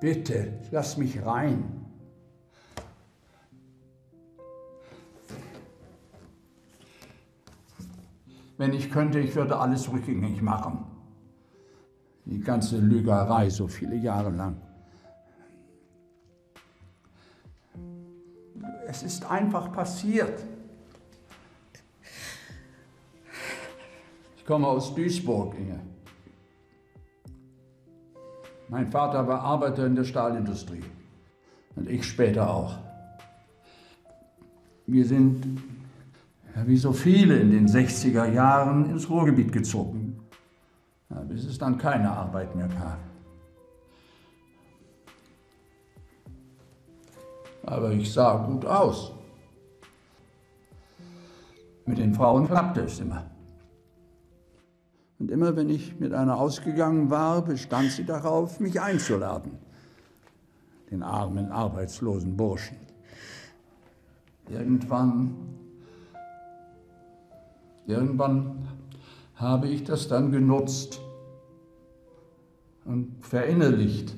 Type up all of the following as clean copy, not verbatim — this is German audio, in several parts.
Bitte, lass mich rein. Wenn ich könnte, ich würde alles rückgängig machen. Die ganze Lügerei so viele Jahre lang. Es ist einfach passiert. Ich komme aus Duisburg, Inge. Mein Vater war Arbeiter in der Stahlindustrie und ich später auch. Wir sind, ja, wie so viele in den 60er Jahren, ins Ruhrgebiet gezogen, ja, bis es dann keine Arbeit mehr gab. Aber ich sah gut aus. Mit den Frauen klappte es immer. Und immer wenn ich mit einer ausgegangen war, bestand sie darauf, mich einzuladen. Den armen, arbeitslosen Burschen. Irgendwann habe ich das dann genutzt und verinnerlicht.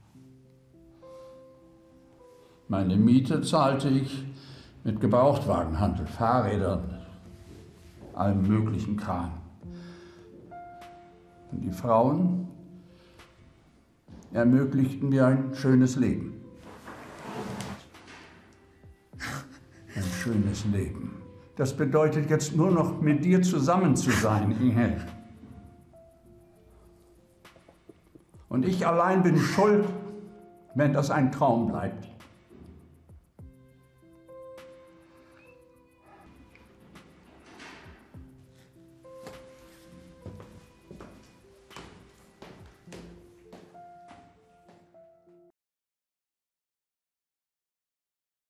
Meine Miete zahlte ich mit Gebrauchtwagenhandel, Fahrrädern, allem möglichen Kram. Und die Frauen ermöglichten mir ein schönes Leben. Ein schönes Leben. Das bedeutet jetzt nur noch, mit dir zusammen zu sein, Inge. Und ich allein bin schuld, wenn das ein Traum bleibt.